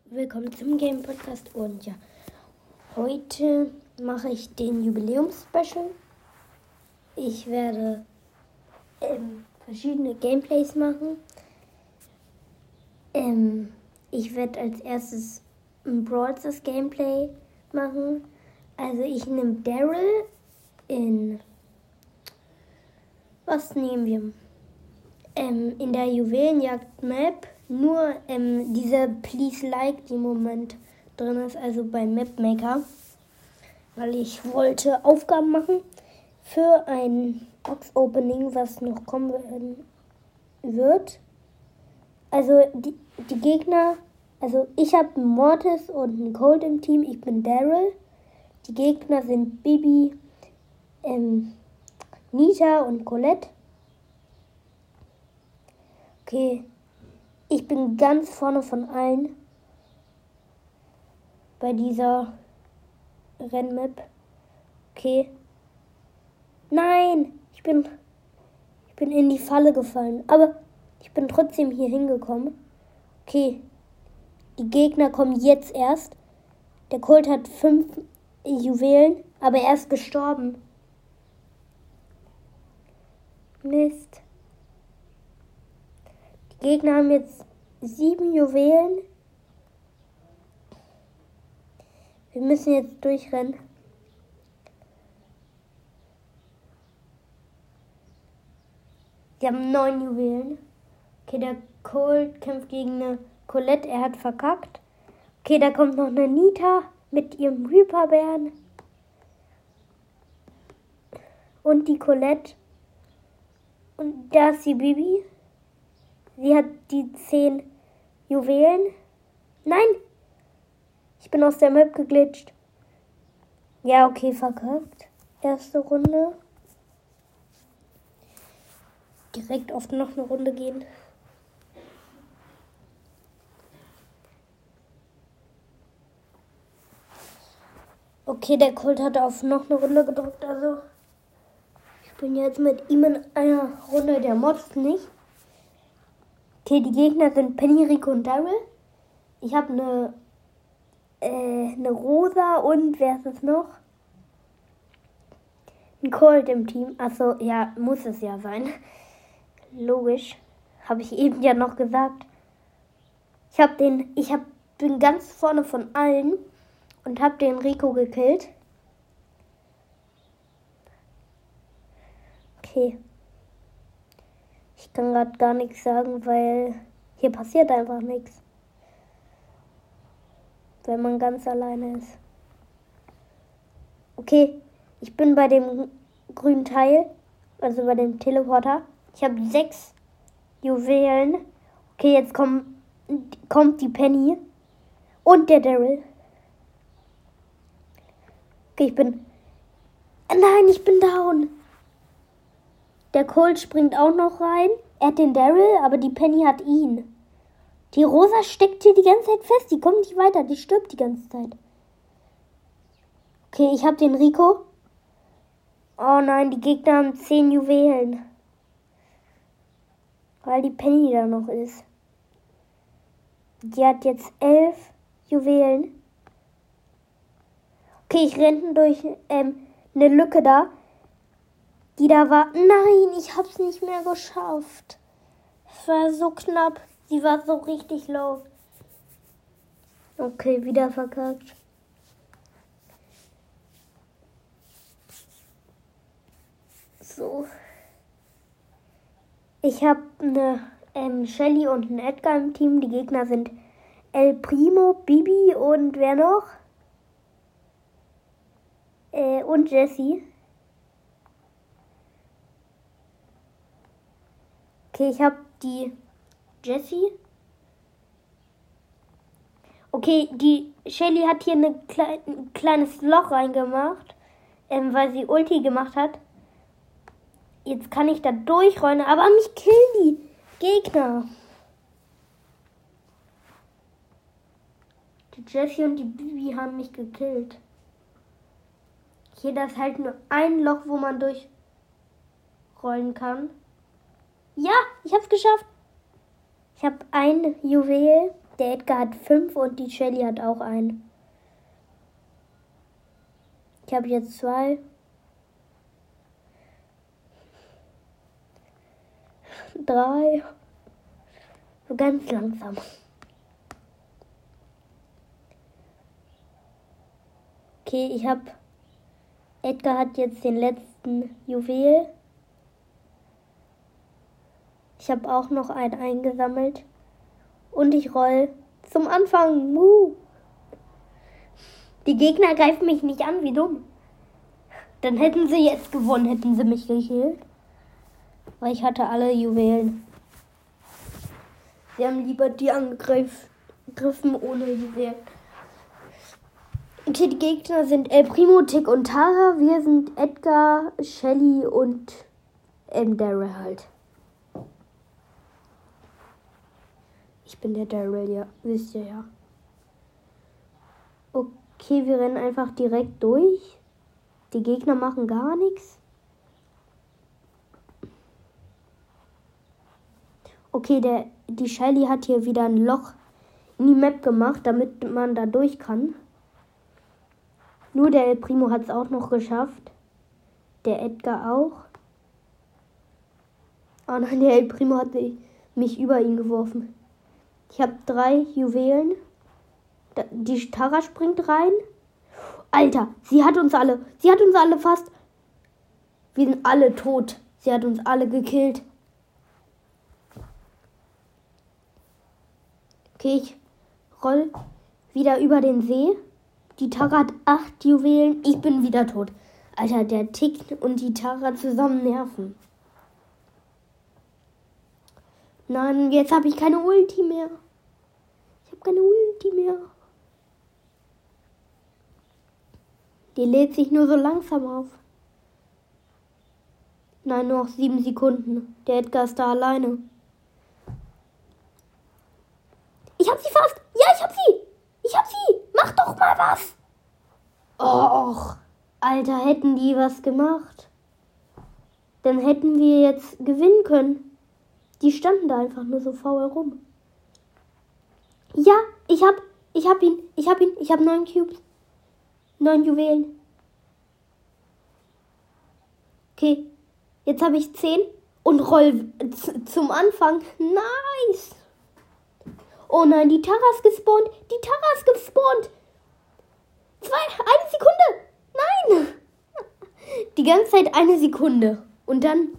willkommen zum Game Podcast und ja, heute mache ich den Jubiläums-Special. Ich werde verschiedene Gameplays machen. Ich werde als erstes ein Brawl Stars Gameplay machen. Also ich nehme Daryl in... Was nehmen wir? In der Juwelenjagd-Map nur diese Please Like, die im Moment drin ist, also bei Mapmaker. Weil ich wollte Aufgaben machen für ein Box-Opening, was noch kommen wird. Also die Gegner, also ich habe einen Mortis und einen Colt im Team, ich bin Daryl. Die Gegner sind Bibi, Nita und Colette. Okay, ich bin ganz vorne von allen bei dieser Rennmap. Okay. Nein, ich bin in die Falle gefallen, aber ich bin trotzdem hier hingekommen. Okay, die Gegner kommen jetzt erst. Der Colt hat 5 Juwelen, aber er ist gestorben. Mist. Die Gegner haben jetzt 7 Juwelen. Wir müssen jetzt durchrennen. Die haben 9 Juwelen. Okay, der Colt kämpft gegen eine Colette. Er hat verkackt. Okay, da kommt noch eine Nita mit ihrem Reaper-Bären. Und die Colette. Und da ist die Bibi. Sie hat die 10 Juwelen. Nein! Ich bin aus der Map geglitscht. Ja, okay, verkackt. Erste Runde. Direkt auf noch eine Runde gehen. Okay, der Colt hat auf noch eine Runde gedrückt, also ich bin jetzt mit ihm in einer Runde, der Mods nicht. Okay, die Gegner sind Penny, Rico und Daryl. Ich habe eine Rosa und wer ist es noch? Ein Colt im Team. Achso, ja, muss es ja sein. Logisch. Habe ich eben ja noch gesagt. Bin ganz vorne von allen und habe den Rico gekillt. Okay. Ich kann gerade gar nichts sagen, weil hier passiert einfach nichts. Wenn man ganz alleine ist. Okay, ich bin bei dem grünen Teil, also bei dem Teleporter. Ich habe 6 Juwelen. Okay, jetzt kommt die Penny und der Daryl. Okay, Nein, ich bin down. Der Colt springt auch noch rein. Er hat den Daryl, aber die Penny hat ihn. Die Rosa steckt hier die ganze Zeit fest. Die kommt nicht weiter. Die stirbt die ganze Zeit. Okay, ich habe den Rico. Oh nein, die Gegner haben 10 Juwelen. Weil die Penny da noch ist. Die hat jetzt 11 Juwelen. Okay, ich renne durch eine Lücke da. Die da war... Nein, ich hab's nicht mehr geschafft. Es war so knapp. Sie war so richtig low. Okay, wieder verkackt. So. Ich habe eine Shelly und einen Edgar im Team. Die Gegner sind El Primo, Bibi und wer noch? Und Jessie. Okay, ich habe die Jessie. Okay, die Shelly hat hier ein kleines Loch reingemacht, weil sie Ulti gemacht hat. Jetzt kann ich da durchrollen, aber mich killen die Gegner. Die Jessie und die Bibi haben mich gekillt. Hier, da ist halt nur ein Loch, wo man durchrollen kann. Ja, ich hab's geschafft. Ich habe ein Juwel. Der Edgar hat 5 und die Shelly hat auch einen. Ich habe jetzt 2. 3. So ganz langsam. Okay, Edgar hat jetzt den letzten Juwel. Ich habe auch noch einen eingesammelt. Und ich roll zum Anfang. Die Gegner greifen mich nicht an, wie dumm. Dann hätten sie jetzt gewonnen, hätten sie mich gekillt. Weil ich hatte alle Juwelen. Sie haben lieber die angegriffen ohne Juwelen. Okay, die Gegner sind El Primo, Tick und Tara. Wir sind Edgar, Shelly und Daryl halt. Ich bin der Daryl, ja. Wisst ihr ja. Okay, wir rennen einfach direkt durch. Die Gegner machen gar nichts. Okay, die Shelly hat hier wieder ein Loch in die Map gemacht, damit man da durch kann. Nur der El Primo hat es auch noch geschafft. Der Edgar auch. Oh nein, der El Primo hat mich über ihn geworfen. Ich habe 3 Juwelen. Die Tara springt rein. Alter, sie hat uns alle fast. Wir sind alle tot. Sie hat uns alle gekillt. Okay, ich roll wieder über den See. Die Tara hat 8 Juwelen. Ich bin wieder tot. Alter, der Tick und die Tara zusammen nerven. Nein, jetzt habe ich keine Ulti mehr. Die lädt sich nur so langsam auf. Nein, nur noch 7 Sekunden. Der Edgar ist da alleine. Ich hab sie fast. Ja, ich hab sie. Mach doch mal was. Och, Alter, hätten die was gemacht. Dann hätten wir jetzt gewinnen können. Die standen da einfach nur so faul rum. Ja, ich hab ihn. Ich hab 9 Cubes. 9 Juwelen. Okay, jetzt habe ich 10 und roll zum Anfang. Nice. Oh nein, die Tara ist gespawnt. 1 Sekunde. Nein. Die ganze Zeit 1 Sekunde. Und dann...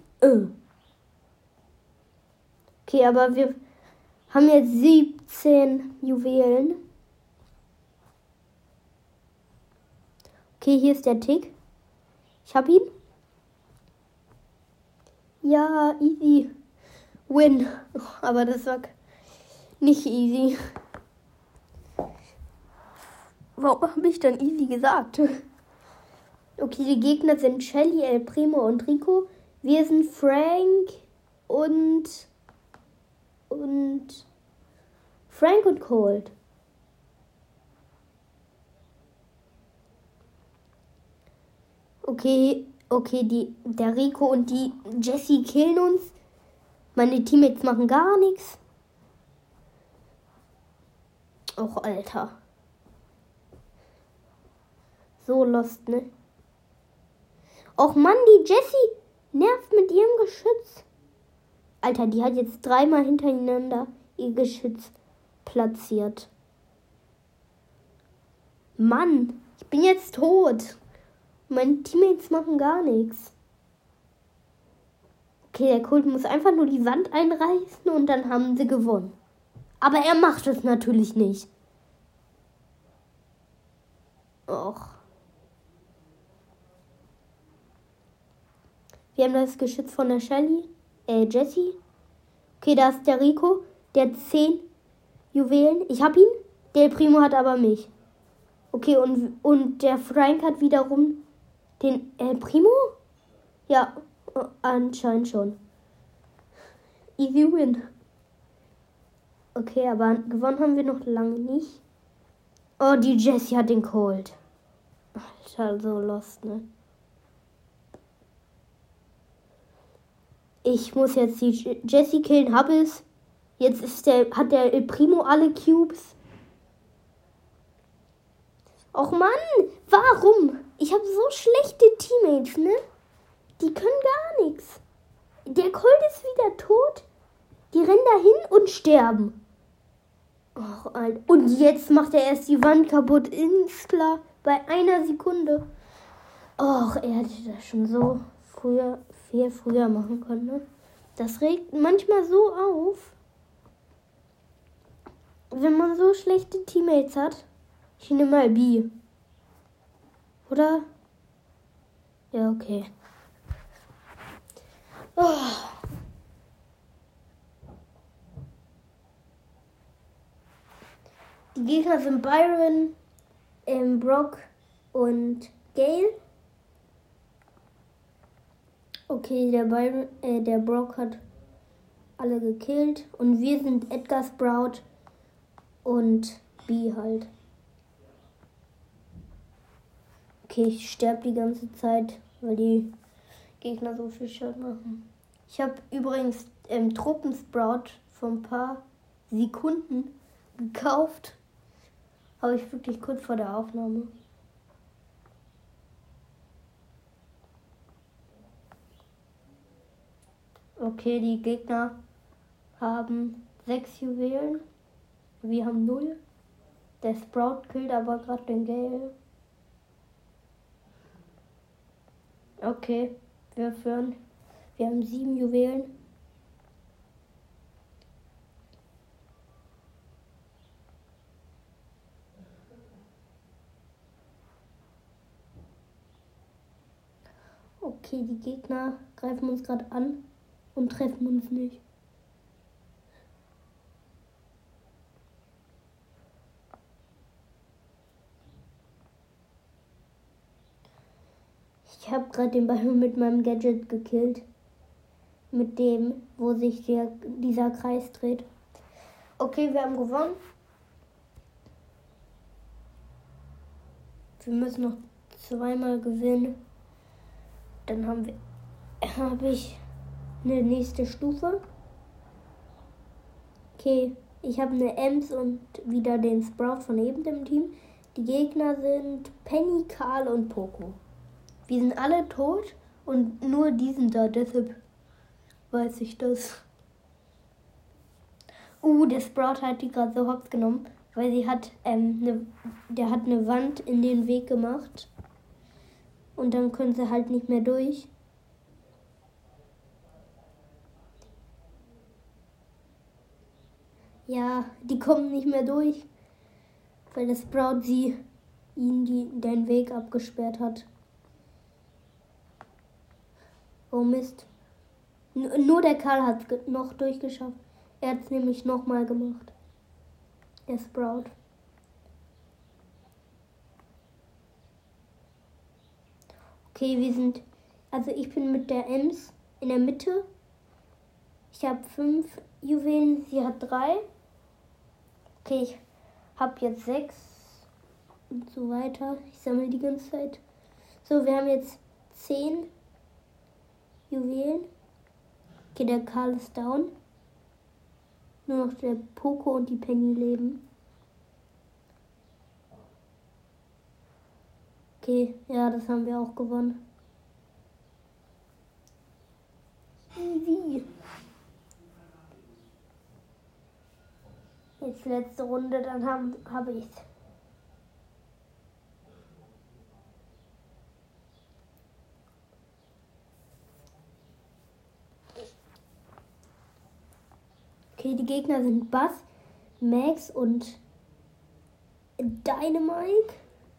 Okay, aber wir haben jetzt 17 Juwelen. Okay, hier ist der Tick. Ich hab ihn. Ja, easy. Win. Aber das war nicht easy. Warum habe ich dann easy gesagt? Okay, die Gegner sind Shelly, El Primo und Rico. Wir sind Frank und Colt. Okay, der Rico und die Jessie killen uns. Meine Teammates machen gar nichts. Och, Alter. So lost, ne? Och Mann, die Jessie nervt mit ihrem Geschütz. Alter, die hat jetzt 3-mal hintereinander ihr Geschütz platziert. Mann, ich bin jetzt tot. Meine Teammates machen gar nichts. Okay, der Colt muss einfach nur die Wand einreißen und dann haben sie gewonnen. Aber er macht es natürlich nicht. Och. Wir haben das Geschütz von der Jessie. Okay, da ist der Rico. Der hat 10 Juwelen. Ich hab ihn. Der Primo hat aber mich. Okay, und der Frank hat wiederum den El Primo? Ja, anscheinend schon. Easy win. Okay, aber gewonnen haben wir noch lange nicht. Oh, die Jessie hat den Colt. Alter, so lost, ne? Ich muss jetzt die Jessie killen, hab es. Jetzt hat der El Primo alle Cubes. Och Mann, warum? Ich habe so schlechte Teammates, ne? Die können gar nichts. Der Colt ist wieder tot. Die rennen dahin und sterben. Och, Alter. Und jetzt macht er erst die Wand kaputt. Ist klar. Bei einer Sekunde. Och, er hätte das schon so viel früher machen können, ne? Das regt manchmal so auf. Wenn man so schlechte Teammates hat. Ich nehme mal B. Oder? Ja, okay. Oh. Die Gegner sind Byron, Brock und Gale. Okay, der Brock hat alle gekillt. Und wir sind Edgar, Sprout und B halt. Okay, ich sterbe die ganze Zeit, weil die Gegner so viel Schaden machen. Ich habe übrigens Truppen-Sprout vor ein paar Sekunden gekauft. Habe ich wirklich kurz vor der Aufnahme. Okay, die Gegner haben 6 Juwelen. Wir haben 0. Der Sprout killt aber gerade den Gale. Okay, wir führen. Wir haben 7 Juwelen. Okay, die Gegner greifen uns gerade an und treffen uns nicht. Ich habe gerade den Ball mit meinem Gadget gekillt. Mit dem, wo sich dieser Kreis dreht. Okay, wir haben gewonnen. Wir müssen noch 2-mal gewinnen. Dann habe ich eine nächste Stufe. Okay, ich habe eine Ems und wieder den Sprout von eben dem Team. Die Gegner sind Penny, Karl und Poco. Wir sind alle tot und nur die sind da, deshalb weiß ich das. Der Sprout hat die gerade so hops genommen, weil der hat eine Wand in den Weg gemacht. Und dann können sie halt nicht mehr durch. Ja, die kommen nicht mehr durch, weil der Sprout ihnen den Weg abgesperrt hat. Oh Mist. Nur der Karl hat es noch durchgeschafft. Er hat es nämlich nochmal gemacht. Der Sprout. Okay, ich bin mit der Ems in der Mitte. Ich habe 5 Juwelen, sie hat 3. Okay, ich habe jetzt 6 und so weiter. Ich sammle die ganze Zeit. So, wir haben jetzt 10 Juwelen. Okay, der Karl ist down. Nur noch der Poco und die Penny leben. Okay, ja, das haben wir auch gewonnen. Easy. Jetzt letzte Runde, dann habe ich's. Okay, die Gegner sind Bass, Max und Dynamite.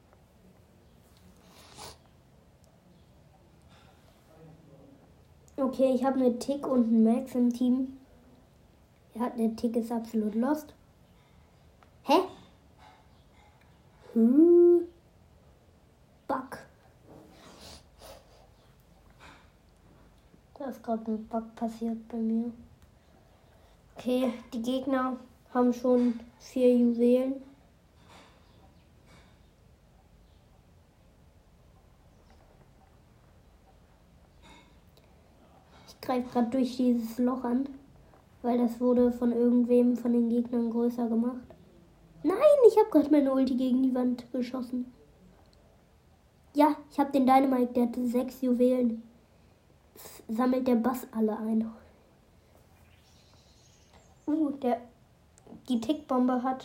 Okay, ich habe eine Tick und einen Max im Team. Ja, der Tick ist absolut lost. Hä? Bug. Da ist gerade ein Bug passiert bei mir. Okay, die Gegner haben schon 4 Juwelen. Ich greife gerade durch dieses Loch an. Weil das wurde von irgendwem von den Gegnern größer gemacht. Nein, ich habe gerade meine Ulti gegen die Wand geschossen. Ja, ich habe den Dynamite, der hatte 6 Juwelen. Jetzt sammelt der Bass alle ein. Die Tickbombe hat.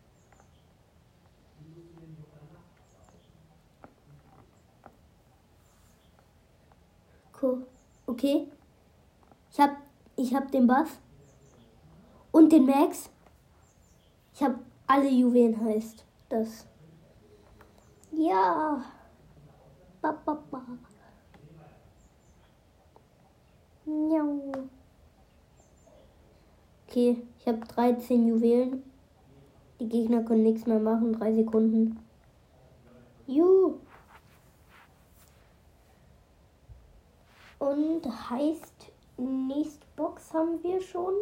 Cool. Okay. Ich hab den Bass. Und den Max. Ich habe alle Juwelen, heißt das. Ja. Okay, ich habe 13 Juwelen. Die Gegner können nichts mehr machen. 3 Sekunden. Und heißt, nächste Box haben wir schon.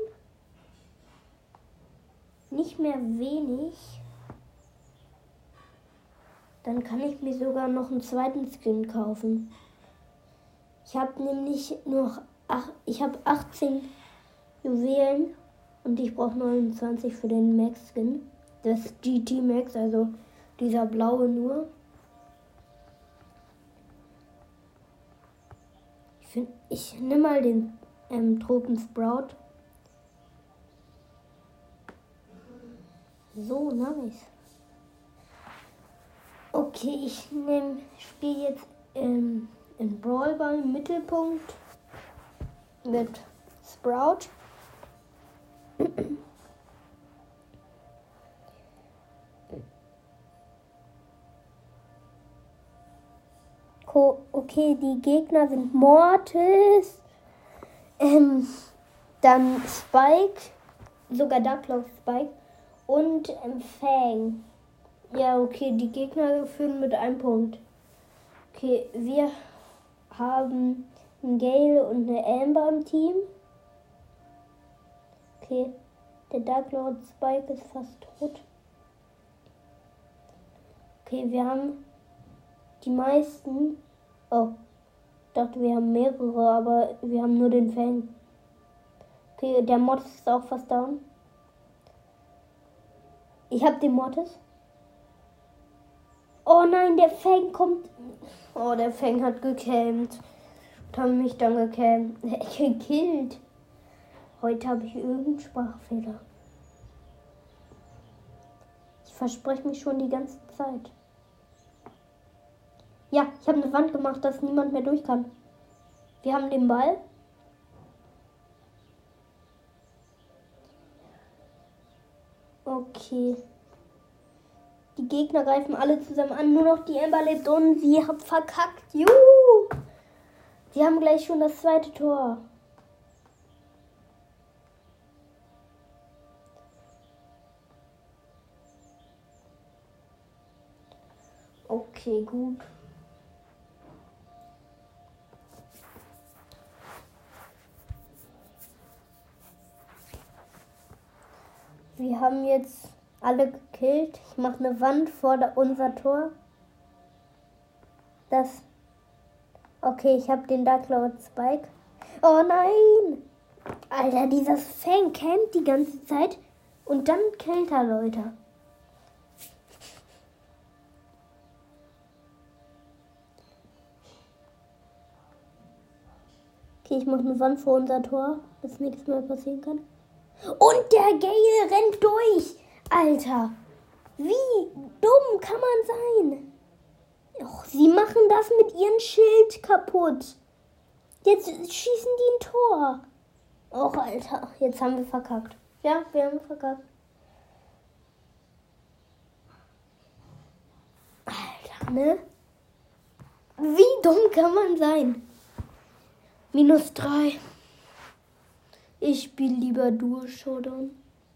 Nicht mehr wenig. Dann kann ich mir sogar noch einen zweiten Skin kaufen. Ich habe nämlich nur 18 Juwelen und ich brauche 29 für den Max Skin. Das GT Max, also dieser blaue nur. Ich nehme mal den Tropen Sprout. So nice. Okay, ich spiele jetzt in Brawl Ball im Mittelpunkt mit Sprout. Okay, die Gegner sind Mortis, dann Spike, sogar Darklauf Spike und Fang. Ja, okay, die Gegner führen mit 1 Punkt. Okay, wir haben einen Gale und eine Amber im Team. Okay, der Dark Lord Spike ist fast tot. Okay, wir haben die meisten. Oh, ich dachte, wir haben mehrere, aber wir haben nur den Fang. Okay, der Mortis ist auch fast down. Ich habe den Mortis. Oh nein, der Fang kommt. Oh, der Fang hat gecampt. Und haben mich dann gekillt. Heute habe ich irgendeinen Sprachfehler. Ich verspreche mich schon die ganze Zeit. Ja, ich habe eine Wand gemacht, dass niemand mehr durch kann. Wir haben den Ball. Okay. Die Gegner greifen alle zusammen an. Nur noch die Amber lebt und sie hat verkackt. Juhu! Sie haben gleich schon das 2. Tor. Okay, gut. Wir haben jetzt alle gekillt. Ich mache eine Wand vor unser Tor. Okay, ich habe den Dark Lord Spike. Oh nein! Alter, dieser Fang campt die ganze Zeit und dann killt er Leute. Okay, ich mache eine Wand vor unser Tor, dass nichts mehr passieren kann. Und der Gale rennt durch. Alter, wie dumm kann man sein? Och, sie machen das mit ihrem Schild kaputt. Jetzt schießen die ein Tor. Och, Alter, jetzt haben wir verkackt. Ja, wir haben verkackt. Alter, ne? Wie dumm kann man sein? -3. Ich spiele lieber Duo Showdown.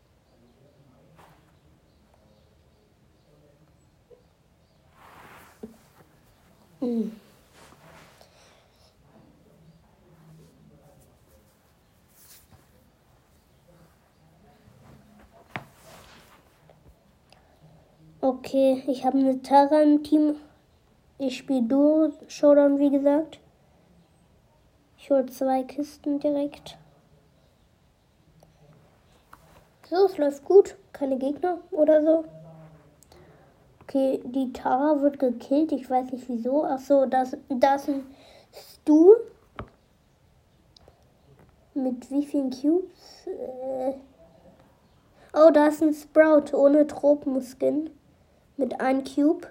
Okay, ich habe eine Tara im Team. Ich spiele Duo Showdown, wie gesagt. Ich hole 2 Kisten direkt. So, es läuft gut. Keine Gegner oder so. Okay, die Tara wird gekillt. Ich weiß nicht wieso. Ach so, da ist ein Stu. Mit wie vielen Cubes? Oh, da ist ein Sprout ohne Tropenskin. Mit einem Cube.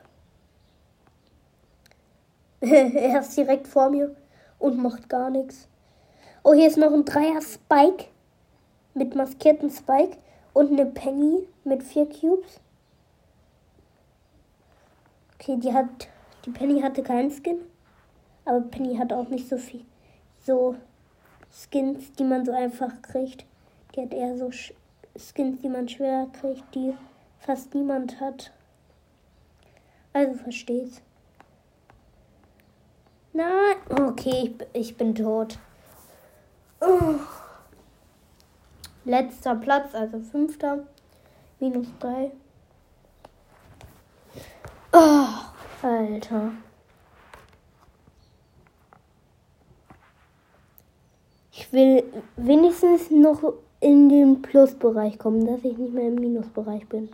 Er ist direkt vor mir und macht gar nichts. Oh, hier ist noch ein Dreier Spike. Mit maskierten Spike. Und eine Penny mit 4 Cubes. Okay, die Penny hatte keinen Skin. Aber Penny hat auch nicht so viel. So Skins, die man so einfach kriegt. Die hat eher so Skins, die man schwer kriegt, die fast niemand hat. Also versteh's. Nein. Okay, ich bin tot. Oh. Letzter Platz, also 5. -3. Oh, Alter. Ich will wenigstens noch in den Plusbereich kommen, dass ich nicht mehr im Minusbereich bin.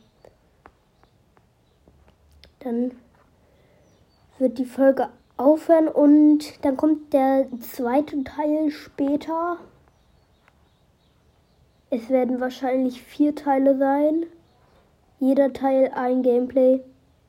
Dann wird die Folge aufhören und dann kommt der zweite Teil später. Es werden wahrscheinlich 4 Teile sein. Jeder Teil ein Gameplay.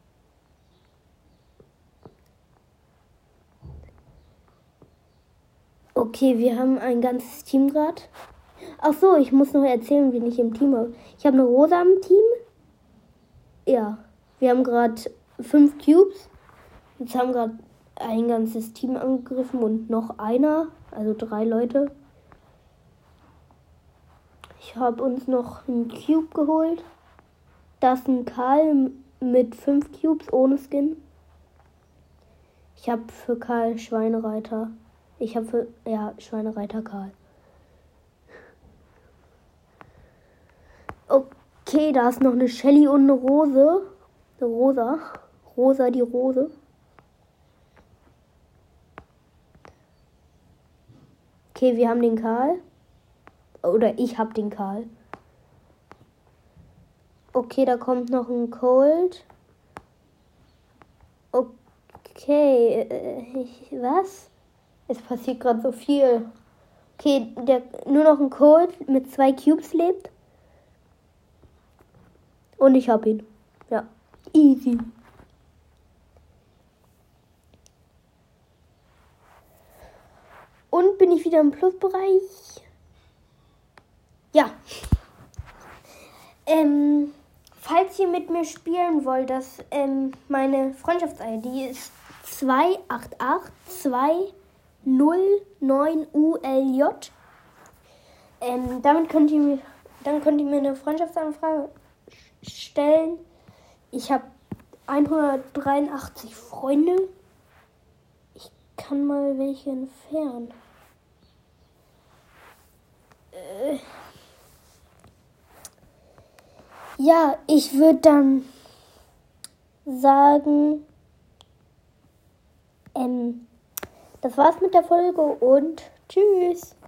Okay, wir haben ein ganzes Team gerade. Ach so, ich muss noch erzählen, wen ich im Team habe. Ich habe eine Rosa im Team. Ja, wir haben gerade 5 Cubes. Jetzt haben gerade ein ganzes Team angegriffen und noch einer, also 3 Leute. Ich habe uns noch einen Cube geholt. Das ist ein Karl mit 5 Cubes ohne Skin. Ich habe für Karl Schweinereiter. Schweinereiter Karl. Okay, da ist noch eine Shelly und eine Rose. Eine Rosa. Rosa die Rose. Okay, wir haben den Karl. Oder ich habe den Karl. Okay, da kommt noch ein Cold. Okay, was? Es passiert gerade so viel. Okay, nur noch ein Cold mit 2 Cubes lebt. Und ich hab ihn. Ja, easy. Und bin ich wieder im Plusbereich? Ja. Falls ihr mit mir spielen wollt, meine Freundschafts-ID ist 288209ULJ. Dann könnt ihr mir eine Freundschaftsanfrage stellen. Ich habe 183 Freunde. Ich kann mal welche entfernen. Ja, ich würde dann sagen, das war's mit der Folge und tschüss.